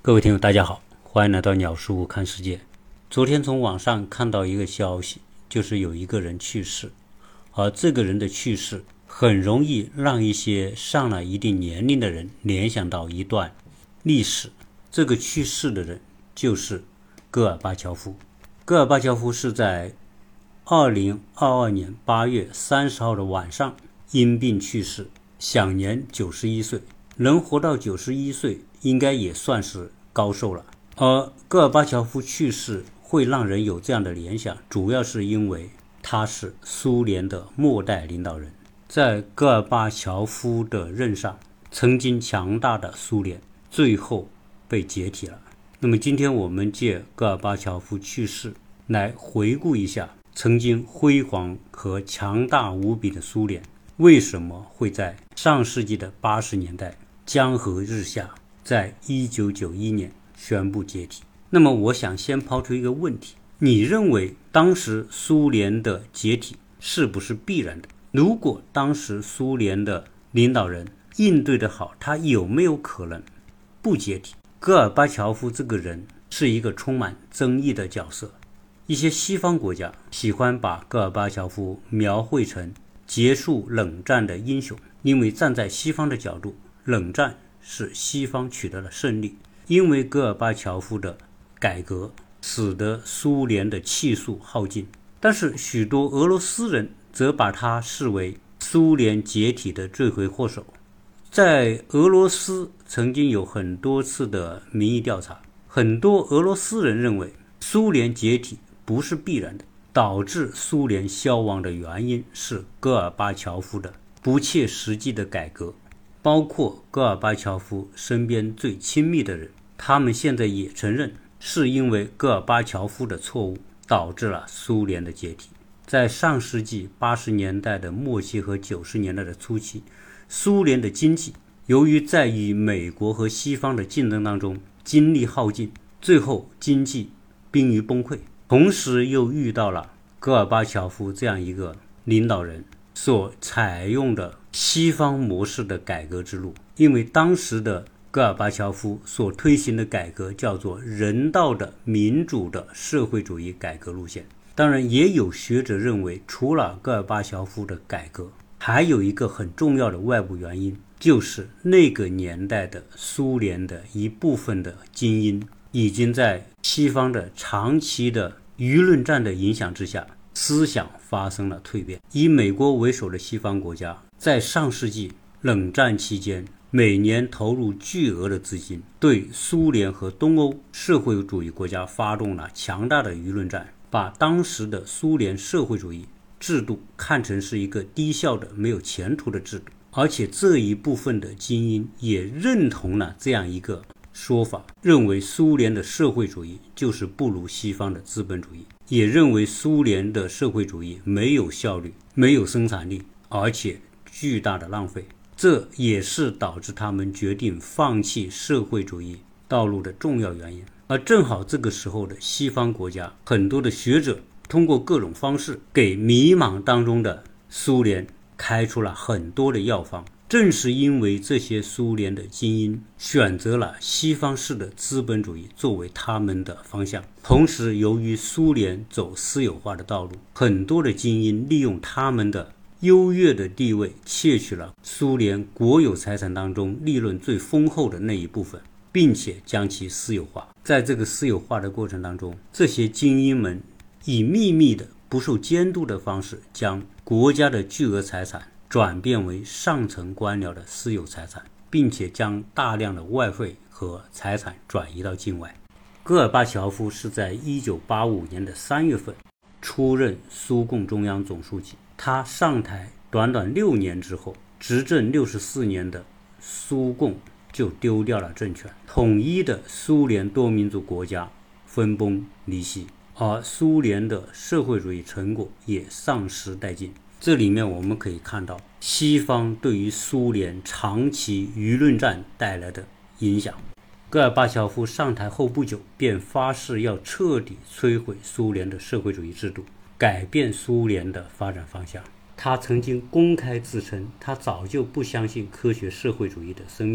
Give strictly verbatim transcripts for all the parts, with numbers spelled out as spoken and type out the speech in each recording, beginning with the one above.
各位听友大家好，欢迎来到鸟叔看世界。昨天从网上看到一个消息，就是有一个人去世，而这个人的去世很容易让一些上了一定年龄的人联想到一段历史。这个去世的人就是戈尔巴乔夫。戈尔巴乔夫是在二零二二年八月三十号的晚上因病去世，享年九十一岁。能活到九十一岁应该也算是高寿了。而戈尔巴乔夫去世会让人有这样的联想，主要是因为他是苏联的末代领导人。在戈尔巴乔夫的任上，曾经强大的苏联最后被解体了。那么今天我们借戈尔巴乔夫去世来回顾一下曾经辉煌和强大无比的苏联为什么会在上世纪的八十年代江河日下，在一九九一年宣布解体。那么我想先抛出一个问题，你认为当时苏联的解体是不是必然的？如果当时苏联的领导人应对得好，他有没有可能不解体？戈尔巴乔夫这个人是一个充满争议的角色，一些西方国家喜欢把戈尔巴乔夫描绘成结束冷战的英雄，因为站在西方的角度，冷战是西方取得了胜利，因为戈尔巴乔夫的改革使得苏联的气数耗尽。但是许多俄罗斯人则把他视为苏联解体的罪魁祸首。在俄罗斯曾经有很多次的民意调查，很多俄罗斯人认为苏联解体不是必然的，导致苏联消亡的原因是戈尔巴乔夫的不切实际的改革。包括戈尔巴乔夫身边最亲密的人，他们现在也承认是因为戈尔巴乔夫的错误导致了苏联的解体。在上世纪八十年代的末期和九十年代的初期，苏联的经济由于在与美国和西方的竞争当中精力耗尽，最后经济濒于崩溃，同时又遇到了戈尔巴乔夫这样一个领导人所采用的西方模式的改革之路。因为当时的戈尔巴乔夫所推行的改革叫做人道的民主的社会主义改革路线。当然也有学者认为，除了戈尔巴乔夫的改革，还有一个很重要的外部原因，就是那个年代的苏联的一部分的精英已经在西方的长期的舆论战的影响之下，思想发生了蜕变。以美国为首的西方国家在上世纪冷战期间每年投入巨额的资金，对苏联和东欧社会主义国家发动了强大的舆论战，把当时的苏联社会主义制度看成是一个低效的没有前途的制度。而且这一部分的精英也认同了这样一个说法，认为苏联的社会主义就是不如西方的资本主义，也认为苏联的社会主义没有效率，没有生产力，而且巨大的浪费。这也是导致他们决定放弃社会主义道路的重要原因。而正好这个时候的西方国家，很多的学者通过各种方式给迷茫当中的苏联开出了很多的药方。正是因为这些苏联的精英选择了西方式的资本主义作为他们的方向，同时由于苏联走私有化的道路，很多的精英利用他们的优越的地位，窃取了苏联国有财产当中利润最丰厚的那一部分，并且将其私有化。在这个私有化的过程当中，这些精英们以秘密的不受监督的方式，将国家的巨额财产转变为上层官僚的私有财产，并且将大量的外汇和财产转移到境外。戈尔巴乔夫是在一九八五年的三月份出任苏共中央总书记。他上台短短六年之后，执政六十四年的苏共就丢掉了政权，统一的苏联多民族国家分崩离析，而苏联的社会主义成果也丧失殆尽。这里面我们可以看到西方对于苏联长期舆论战带来的影响。戈尔巴乔夫上台后不久，便发誓要彻底摧毁苏联的社会主义制度，改变苏联的发展方向。他曾经公开自称，他早就不相信科学社会主义的生命力，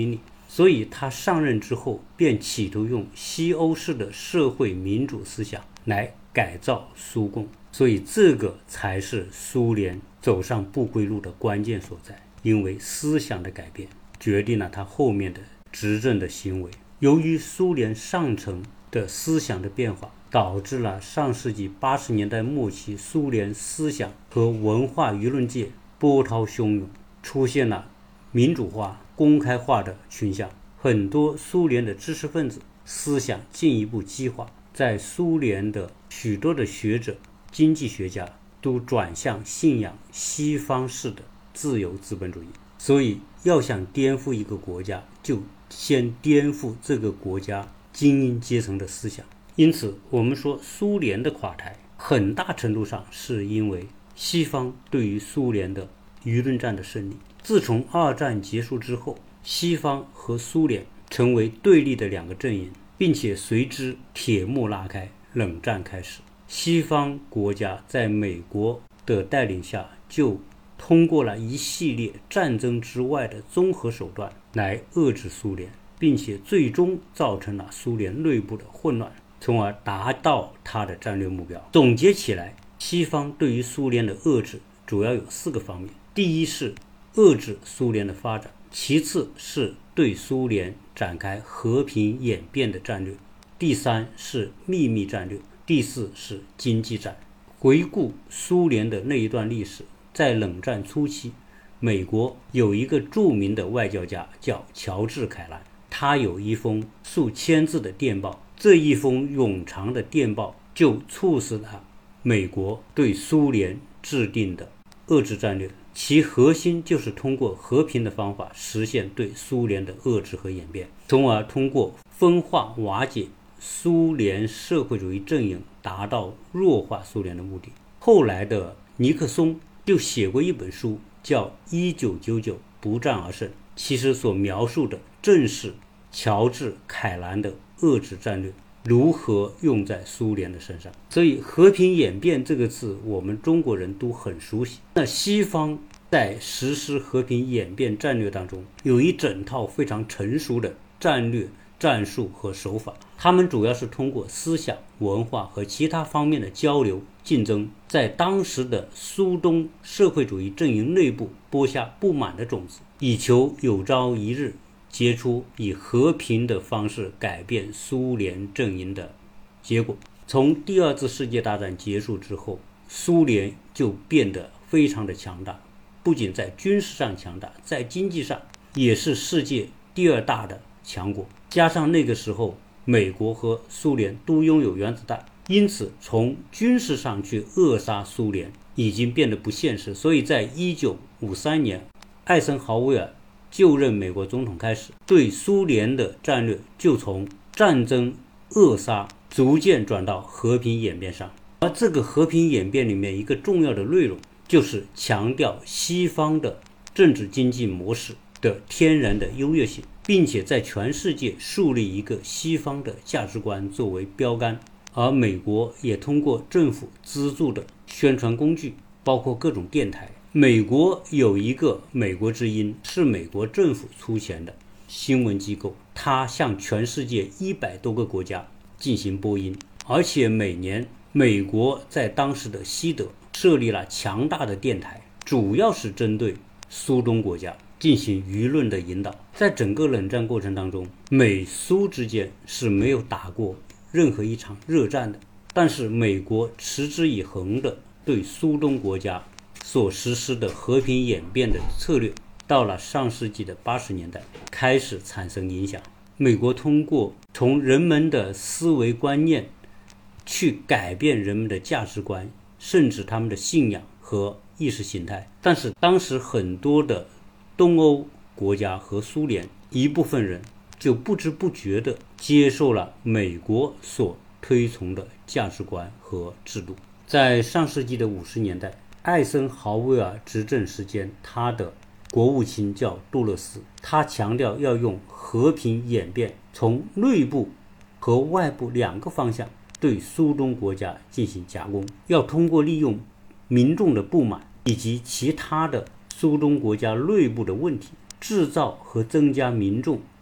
所以他上任之后便企图用西欧式的社会民主思想来改造苏共，所以这个才是苏联走上不归路的关键所在，因为思想的改变决定了他后面的执政的行为。由于苏联上层的思想的变化，导致了上世纪八十年代末期苏联思想和文化舆论界波涛汹涌，出现了民主化、公开化的倾向。很多苏联的知识分子思想进一步激化，在苏联的许多的学者、经济学家都转向信仰西方式的自由资本主义。所以要想颠覆一个国家，就先颠覆这个国家精英阶层的思想。因此我们说苏联的垮台很大程度上是因为西方对于苏联的舆论战的胜利。自从二战结束之后，西方和苏联成为对立的两个阵营，并且随之铁幕拉开，冷战开始。西方国家在美国的带领下，就通过了一系列战争之外的综合手段来遏制苏联，并且最终造成了苏联内部的混乱，从而达到它的战略目标。总结起来，西方对于苏联的遏制主要有四个方面。第一是遏制苏联的发展，其次是对苏联展开和平演变的战略，第三是秘密战略，第四是经济战。回顾苏联的那一段历史，在冷战初期，美国有一个著名的外交家叫乔治·凯兰，他有一封数千字的电报，这一封冗长的电报就促使了美国对苏联制定的遏制战略，其核心就是通过和平的方法实现对苏联的遏制和演变，从而通过分化瓦解苏联社会主义阵营，达到弱化苏联的目的。后来的尼克松就写过一本书叫《一九九九不战而胜》，其实所描述的正是乔治·凯兰的遏制战略如何用在苏联的身上。所以和平演变这个字我们中国人都很熟悉。那西方在实施和平演变战略当中，有一整套非常成熟的战略、战术和手法，他们主要是通过思想、文化和其他方面的交流竞争，在当时的苏东社会主义阵营内部播下不满的种子，以求有朝一日结出以和平的方式改变苏联阵营的结果。从第二次世界大战结束之后，苏联就变得非常的强大，不仅在军事上强大，在经济上也是世界第二大的强国。加上那个时候美国和苏联都拥有原子弹，因此从军事上去扼杀苏联已经变得不现实。所以在一九五三年艾森豪威尔就任美国总统开始，对苏联的战略就从战争扼杀逐渐转到和平演变上。而这个和平演变里面一个重要的内容，就是强调西方的政治经济模式的天然的优越性，并且在全世界树立一个西方的价值观作为标杆。而美国也通过政府资助的宣传工具，包括各种电台。美国有一个美国之音，是美国政府出钱的新闻机构，它向全世界一百多个国家进行播音，而且每年美国在当时的西德设立了强大的电台，主要是针对苏东国家进行舆论的引导。在整个冷战过程当中，美苏之间是没有打过任何一场热战的，但是美国持之以恒的对苏东国家所实施的和平演变的策略，到了上世纪的八十年代开始产生影响。美国通过从人们的思维观念去改变人们的价值观，甚至他们的信仰和意识形态。但是当时很多的东欧国家和苏联一部分人就不知不觉地接受了美国所推崇的价值观和制度。在上世纪的五十年代，艾森豪威尔执政时间，他的国务卿叫杜勒斯，他强调要用和平演变，从内部和外部两个方向对苏东国家进行夹攻，要通过利用民众的不满以及其他的苏东国家内部的问题，制造和增加民众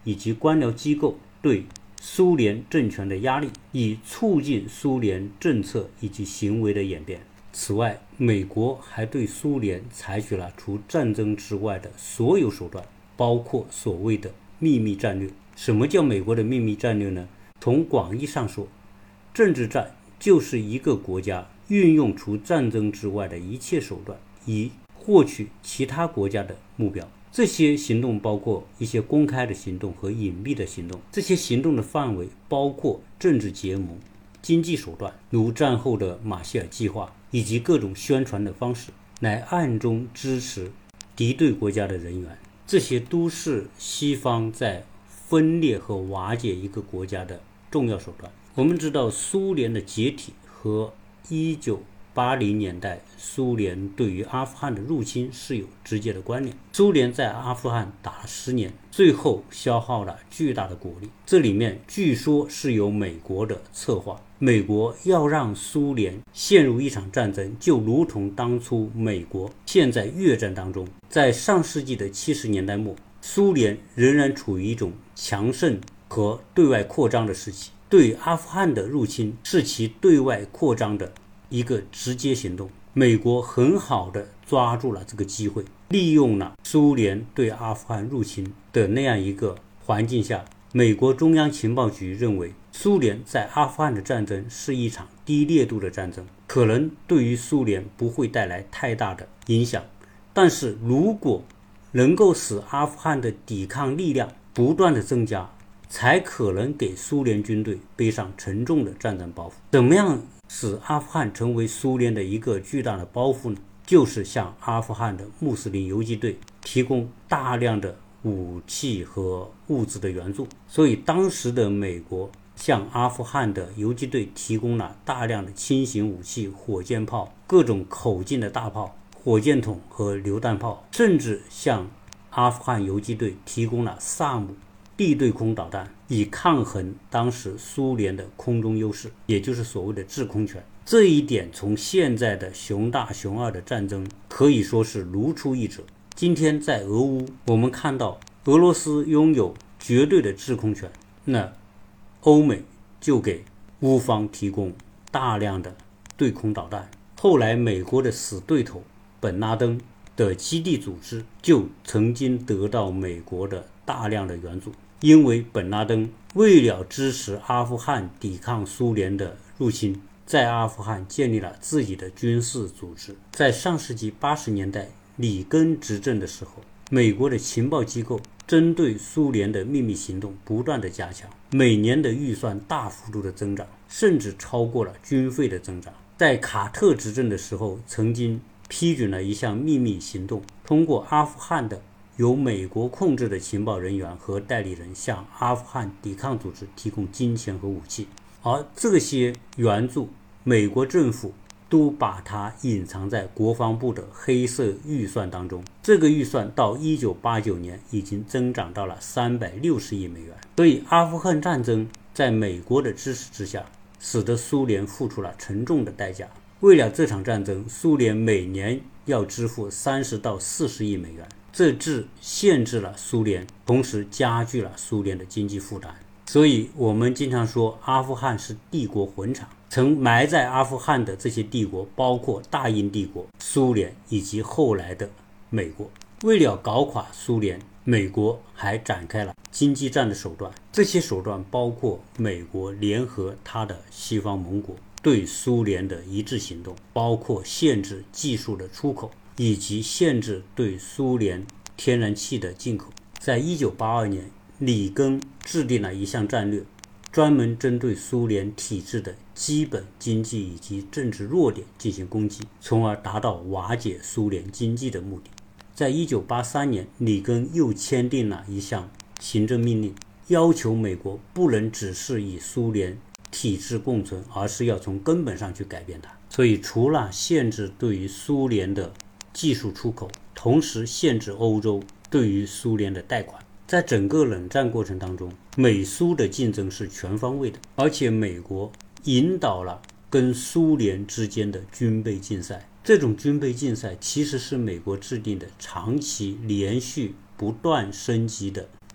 以及官僚机构对苏联政权的压力，以促进苏联政策以及行为的演变。此外，美国还对苏联采取了除战争之外的所有手段，包括所谓的秘密战略。什么叫美国的秘密战略呢？从广义上说，政治战就是一个国家运用除战争之外的一切手段，以获取其他国家的目标。这些行动包括一些公开的行动和隐蔽的行动。这些行动的范围包括政治结盟、经济手段，如战后的马歇尔计划，以及各种宣传的方式，来暗中支持敌对国家的人员。这些都是西方在分裂和瓦解一个国家的重要手段。我们知道，苏联的解体和一九八零年代苏联对于阿富汗的入侵是有直接的关联。苏联在阿富汗打了十年，最后消耗了巨大的国力。这里面据说是有美国的策划，美国要让苏联陷入一场战争，就如同当初美国陷在越战当中。在上世纪的七十年代末，苏联仍然处于一种强盛和对外扩张的时期，对阿富汗的入侵是其对外扩张的一个直接行动。美国很好的抓住了这个机会，利用了苏联对阿富汗入侵的那样一个环境下，美国中央情报局认为苏联在阿富汗的战争是一场低烈度的战争，可能对于苏联不会带来太大的影响，但是如果能够使阿富汗的抵抗力量不断的增加，才可能给苏联军队背上沉重的战争包袱。怎么样使阿富汗成为苏联的一个巨大的包袱呢？就是向阿富汗的穆斯林游击队提供大量的武器和物资的援助。所以当时的美国向阿富汗的游击队提供了大量的轻型武器、火箭炮、各种口径的大炮、火箭筒和榴弹炮，甚至向阿富汗游击队提供了萨姆地对空导弹，以抗衡当时苏联的空中优势，也就是所谓的制空权。这一点从现在的熊大熊二的战争可以说是如出一辙。今天在俄乌，我们看到俄罗斯拥有绝对的制空权，那欧美就给乌方提供大量的对空导弹。后来美国的死对头本拉登的基地组织就曾经得到美国的大量的援助，因为本拉登为了支持阿富汗抵抗苏联的入侵，在阿富汗建立了自己的军事组织。在上世纪八十年代里根执政的时候，美国的情报机构针对苏联的秘密行动不断的加强，每年的预算大幅度的增长，甚至超过了军费的增长。在卡特执政的时候，曾经批准了一项秘密行动，通过阿富汗的由美国控制的情报人员和代理人向阿富汗抵抗组织提供金钱和武器，而这些援助美国政府都把它隐藏在国防部的黑色预算当中。这个预算到一九八九年已经增长到了三百六十亿美元。所以阿富汗战争在美国的支持之下，使得苏联付出了沉重的代价。为了这场战争，苏联每年要支付三十到四十亿美元，这制限制了苏联，同时加剧了苏联的经济负担。所以我们经常说阿富汗是帝国坟场，曾埋在阿富汗的这些帝国包括大英帝国、苏联以及后来的美国。为了搞垮苏联，美国还展开了经济战的手段，这些手段包括美国联合他的西方盟国对苏联的一致行动，包括限制技术的出口，以及限制对苏联天然气的进口。在一九八二年，里根制定了一项战略，专门针对苏联体制的基本经济以及政治弱点进行攻击，从而达到瓦解苏联经济的目的。在一九八三年，里根又签订了一项行政命令，要求美国不能只是以苏联体制共存，而是要从根本上去改变它。所以除了限制对于苏联的技术出口，同时限制欧洲对于苏联的贷款。在整个冷战过程当中，美苏的竞争是全方位的，而且美国引导了跟苏联之间的军备竞赛。这种军备竞赛其实是美国制定的长期连续不断升级的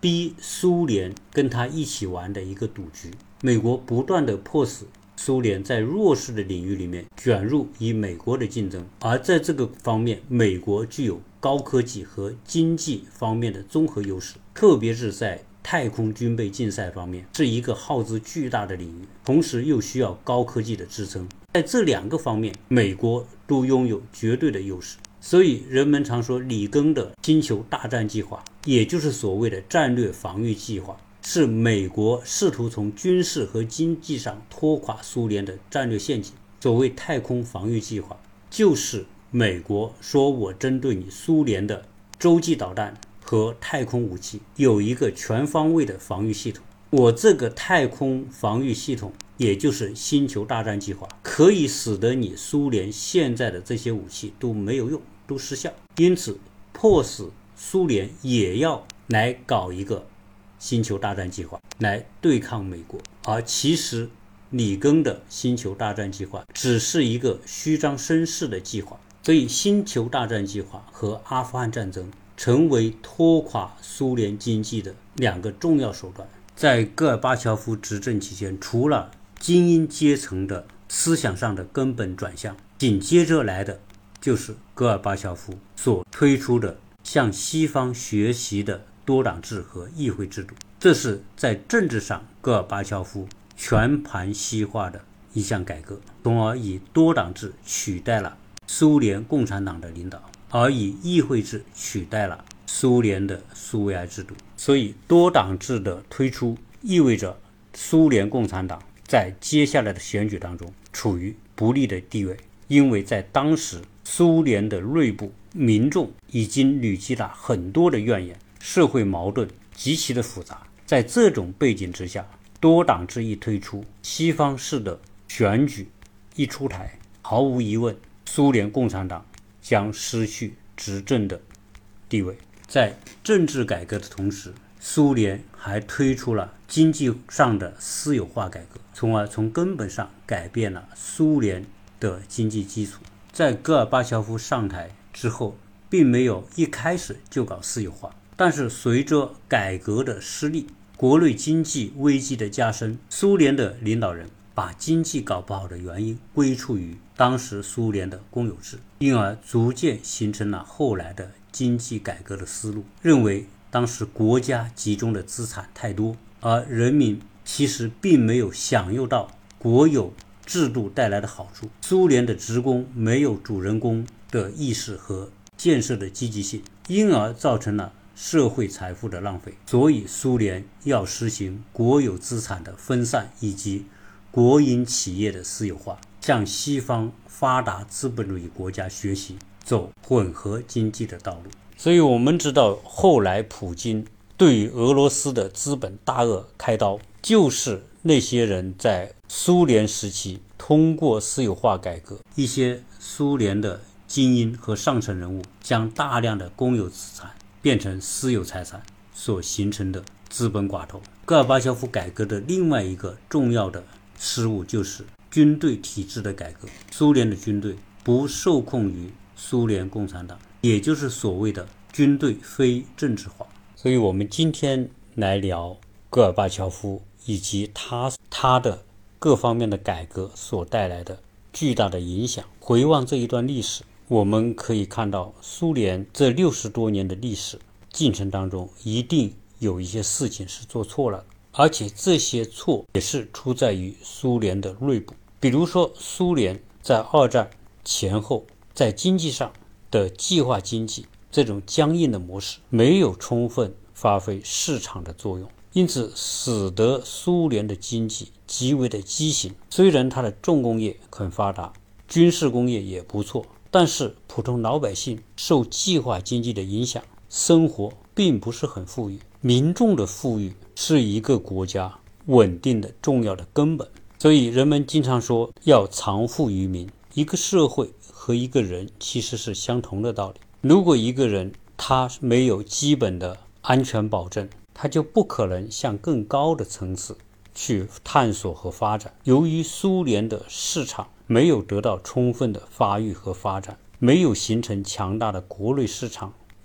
逼苏联跟他一起玩的一个赌局。美国不断的迫使苏联在弱势的领域里面卷入与美国的竞争，而在这个方面，美国具有高科技和经济方面的综合优势，特别是在太空军备竞赛方面是一个耗资巨大的领域，同时又需要高科技的支撑。在这两个方面，美国都拥有绝对的优势。所以人们常说里根的星球大战计划，也就是所谓的战略防御计划，是美国试图从军事和经济上拖垮苏联的战略陷阱。所谓太空防御计划，就是美国说我针对你苏联的洲际导弹和太空武器有一个全方位的防御系统。我这个太空防御系统，也就是星球大战计划，可以使得你苏联现在的这些武器都没有用，都失效。因此迫使苏联也要来搞一个星球大战计划来对抗美国。而其实里根的星球大战计划只是一个虚张声势的计划。所以星球大战计划和阿富汗战争成为拖垮苏联经济的两个重要手段。在戈尔巴乔夫执政期间，除了精英阶层的思想上的根本转向，紧接着来的就是戈尔巴乔夫所推出的向西方学习的多党制和议会制度。这是在政治上戈尔巴乔夫全盘西化的一项改革，从而以多党制取代了苏联共产党的领导，而以议会制取代了苏联的苏维埃制度。所以多党制的推出意味着苏联共产党在接下来的选举当中处于不利的地位，因为在当时苏联的内部民众已经累积了很多的怨言，社会矛盾极其的复杂。在这种背景之下，多党制一推出，西方式的选举一出台，毫无疑问苏联共产党将失去执政的地位。在政治改革的同时，苏联还推出了经济上的私有化改革，从而从根本上改变了苏联的经济基础。在戈尔巴乔夫上台之后，并没有一开始就搞私有化，但是随着改革的失利，国内经济危机的加深，苏联的领导人把经济搞不好的原因归处于当时苏联的公有制，因而逐渐形成了后来的经济改革的思路，认为当时国家集中的资产太多，而人民其实并没有享用到国有制度带来的好处。苏联的职工没有主人公的意识和建设的积极性，因而造成了社会财富的浪费。所以苏联要实行国有资产的分散以及国营企业的私有化，向西方发达资本主义国家学习，走混合经济的道路。所以我们知道，后来普京对于俄罗斯的资本大鳄开刀，就是那些人在苏联时期通过私有化改革，一些苏联的精英和上层人物将大量的公有资产变成私有财产所形成的资本寡头。戈尔巴乔夫改革的另外一个重要的失误就是军队体制的改革。苏联的军队不受控于苏联共产党，也就是所谓的军队非政治化。所以我们今天来聊戈尔巴乔夫以及他他的各方面的改革所带来的巨大的影响。回望这一段历史，我们可以看到苏联这六十多年的历史进程当中，一定有一些事情是做错了，而且这些错也是出在于苏联的内部。比如说苏联在二战前后在经济上的计划经济这种僵硬的模式没有充分发挥市场的作用，因此使得苏联的经济极为的畸形。虽然它的重工业很发达，军事工业也不错，但是普通老百姓受计划经济的影响，生活并不是很富裕。民众的富裕是一个国家稳定的重要的根本，所以人们经常说要藏富于民。一个社会和一个人其实是相同的道理。如果一个人他没有基本的安全保证，他就不可能向更高的层次去探索和发展。由于苏联的市场没有得到充分的发育和发展，没有形成强大的国内市场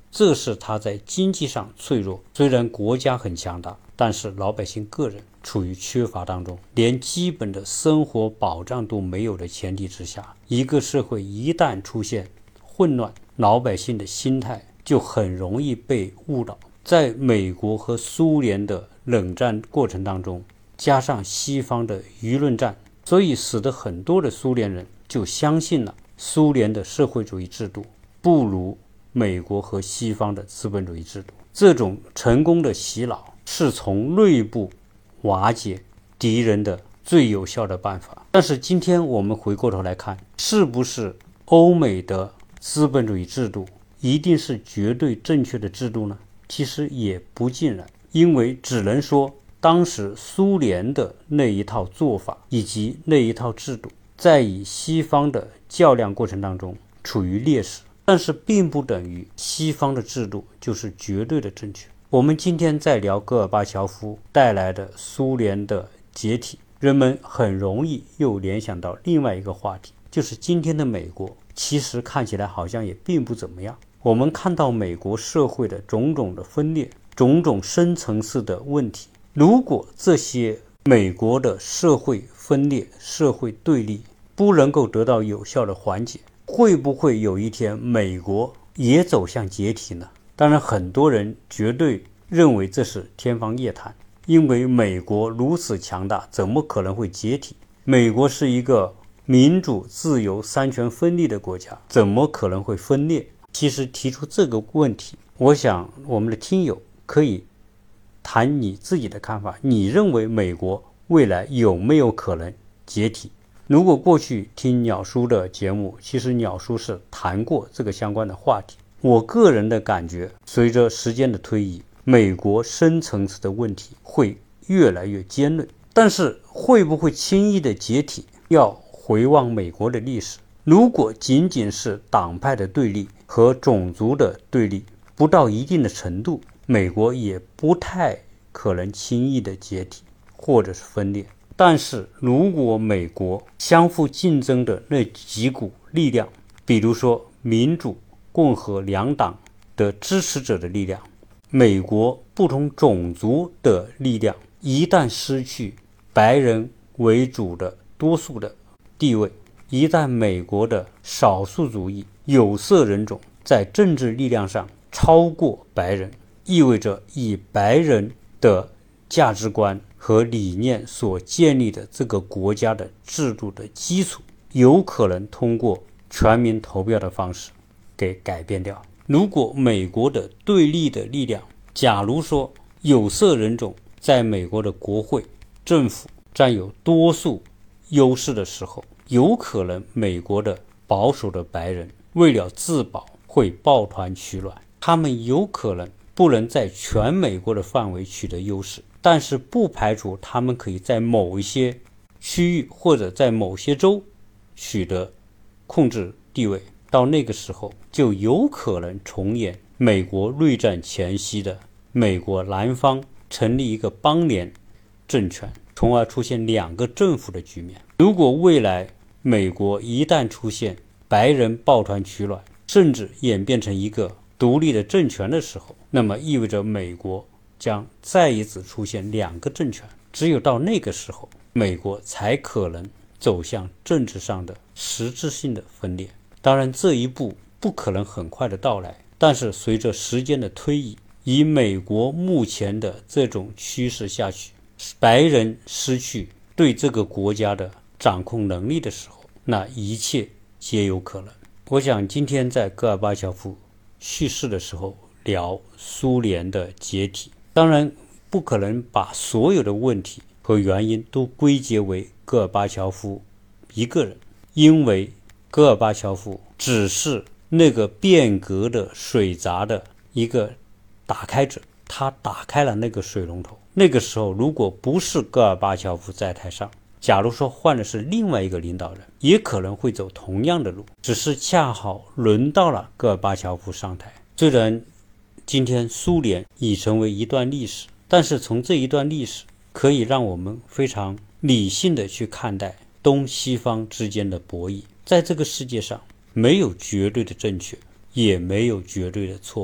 这是他在经济上脆弱。虽然国家很强大，但是老百姓个人处于缺乏当中，连基本的生活保障都没有的前提之下，一个社会一旦出现混乱，老百姓的心态就很容易被误导。在美国和苏联的冷战过程当中，加上西方的舆论战，所以使得很多的苏联人就相信了苏联的社会主义制度不如美国和西方的资本主义制度。这种成功的洗脑是从内部瓦解敌人的最有效的办法。但是今天我们回过头来看，是不是欧美的资本主义制度一定是绝对正确的制度呢？其实也不尽然，因为只能说当时苏联的那一套做法以及那一套制度在与西方的较量过程当中处于劣势，但是并不等于西方的制度就是绝对的正确。我们今天在聊戈尔巴乔夫带来的苏联的解体，人们很容易又联想到另外一个话题，就是今天的美国其实看起来好像也并不怎么样。我们看到美国社会的种种的分裂，种种深层次的问题，如果这些美国的社会分裂、社会对立不能够得到有效的缓解，会不会有一天美国也走向解体呢？当然很多人绝对认为这是天方夜谭，因为美国如此强大，怎么可能会解体？美国是一个民主、自由、三权分立的国家，怎么可能会分裂？其实提出这个问题，我想我们的听友可以谈你自己的看法，你认为美国未来有没有可能解体？如果过去听鸟叔的节目，其实鸟叔是谈过这个相关的话题。我个人的感觉，随着时间的推移，美国深层次的问题会越来越尖锐，但是会不会轻易的解体，要回望美国的历史。如果仅仅是党派的对立和种族的对立不到一定的程度，美国也不太可能轻易的解体或者是分裂。但是如果美国相互竞争的那几股力量，比如说民主、共和两党的支持者的力量，美国不同种族的力量，一旦失去白人为主的多数的地位，一旦美国的少数主义有色人种在政治力量上超过白人，意味着以白人的价值观和理念所建立的这个国家的制度的基础，有可能通过全民投票的方式给改变掉。如果美国的对立的力量，假如说有色人种在美国的国会、政府占有多数优势的时候，有可能美国的保守的白人为了自保会抱团取暖，他们有可能不能在全美国的范围取得优势，但是不排除他们可以在某一些区域或者在某些州取得控制地位。到那个时候就有可能重演美国内战前夕的美国南方成立一个邦联政权，从而出现两个政府的局面。如果未来美国一旦出现白人抱团取暖，甚至演变成一个独立的政权的时候，那么意味着美国将再一次出现两个政权。只有到那个时候，美国才可能走向政治上的实质性的分裂。当然这一步不可能很快的到来，但是随着时间的推移，以美国目前的这种趋势下去，白人失去对这个国家的掌控能力的时候，那一切皆有可能。我想今天在戈尔巴乔夫去世的时候聊苏联的解体，当然不可能把所有的问题和原因都归结为戈尔巴乔夫一个人，因为戈尔巴乔夫只是那个变革的水闸的一个打开者，他打开了那个水龙头。那个时候如果不是戈尔巴乔夫在台上，假如说换的是另外一个领导人，也可能会走同样的路，只是恰好轮到了戈尔巴乔夫上台。虽然今天苏联已成为一段历史，但是从这一段历史可以让我们非常理性的去看待东西方之间的博弈。在这个世界上没有绝对的正确，也没有绝对的错误，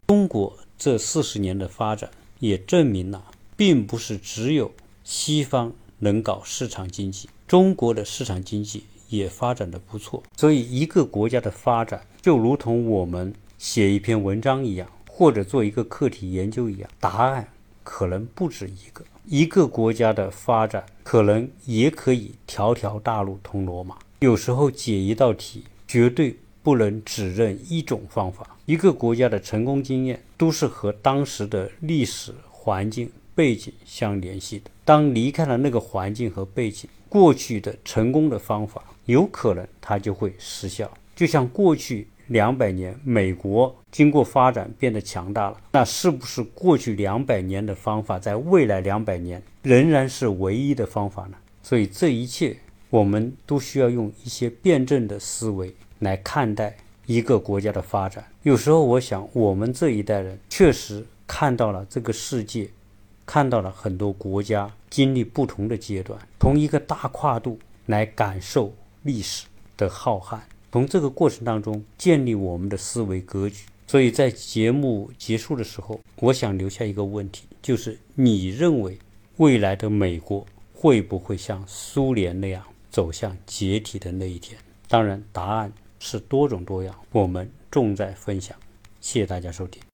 中国这四十年的发展也证明了，并不是只有西方能搞市场经济，中国的市场经济也发展的不错。所以一个国家的发展就如同我们写一篇文章一样，或者做一个课题研究一样，答案可能不止一个。一个国家的发展可能也可以条条大路通罗马，有时候解一道题绝对不能只认一种方法。一个国家的成功经验都是和当时的历史环境背景相联系的，当离开了那个环境和背景，过去的成功的方法有可能它就会失效。就像过去两百年美国经过发展变得强大了，那是不是过去两百年的方法在未来两百年仍然是唯一的方法呢？所以这一切我们都需要用一些辩证的思维来看待一个国家的发展。有时候我想，我们这一代人确实看到了这个世界，看到了很多国家经历不同的阶段，从一个大跨度来感受历史的浩瀚，从这个过程当中建立我们的思维格局。所以在节目结束的时候，我想留下一个问题，就是你认为未来的美国会不会像苏联那样走向解体的那一天？当然答案是多种多样，我们重在分享。谢谢大家收听。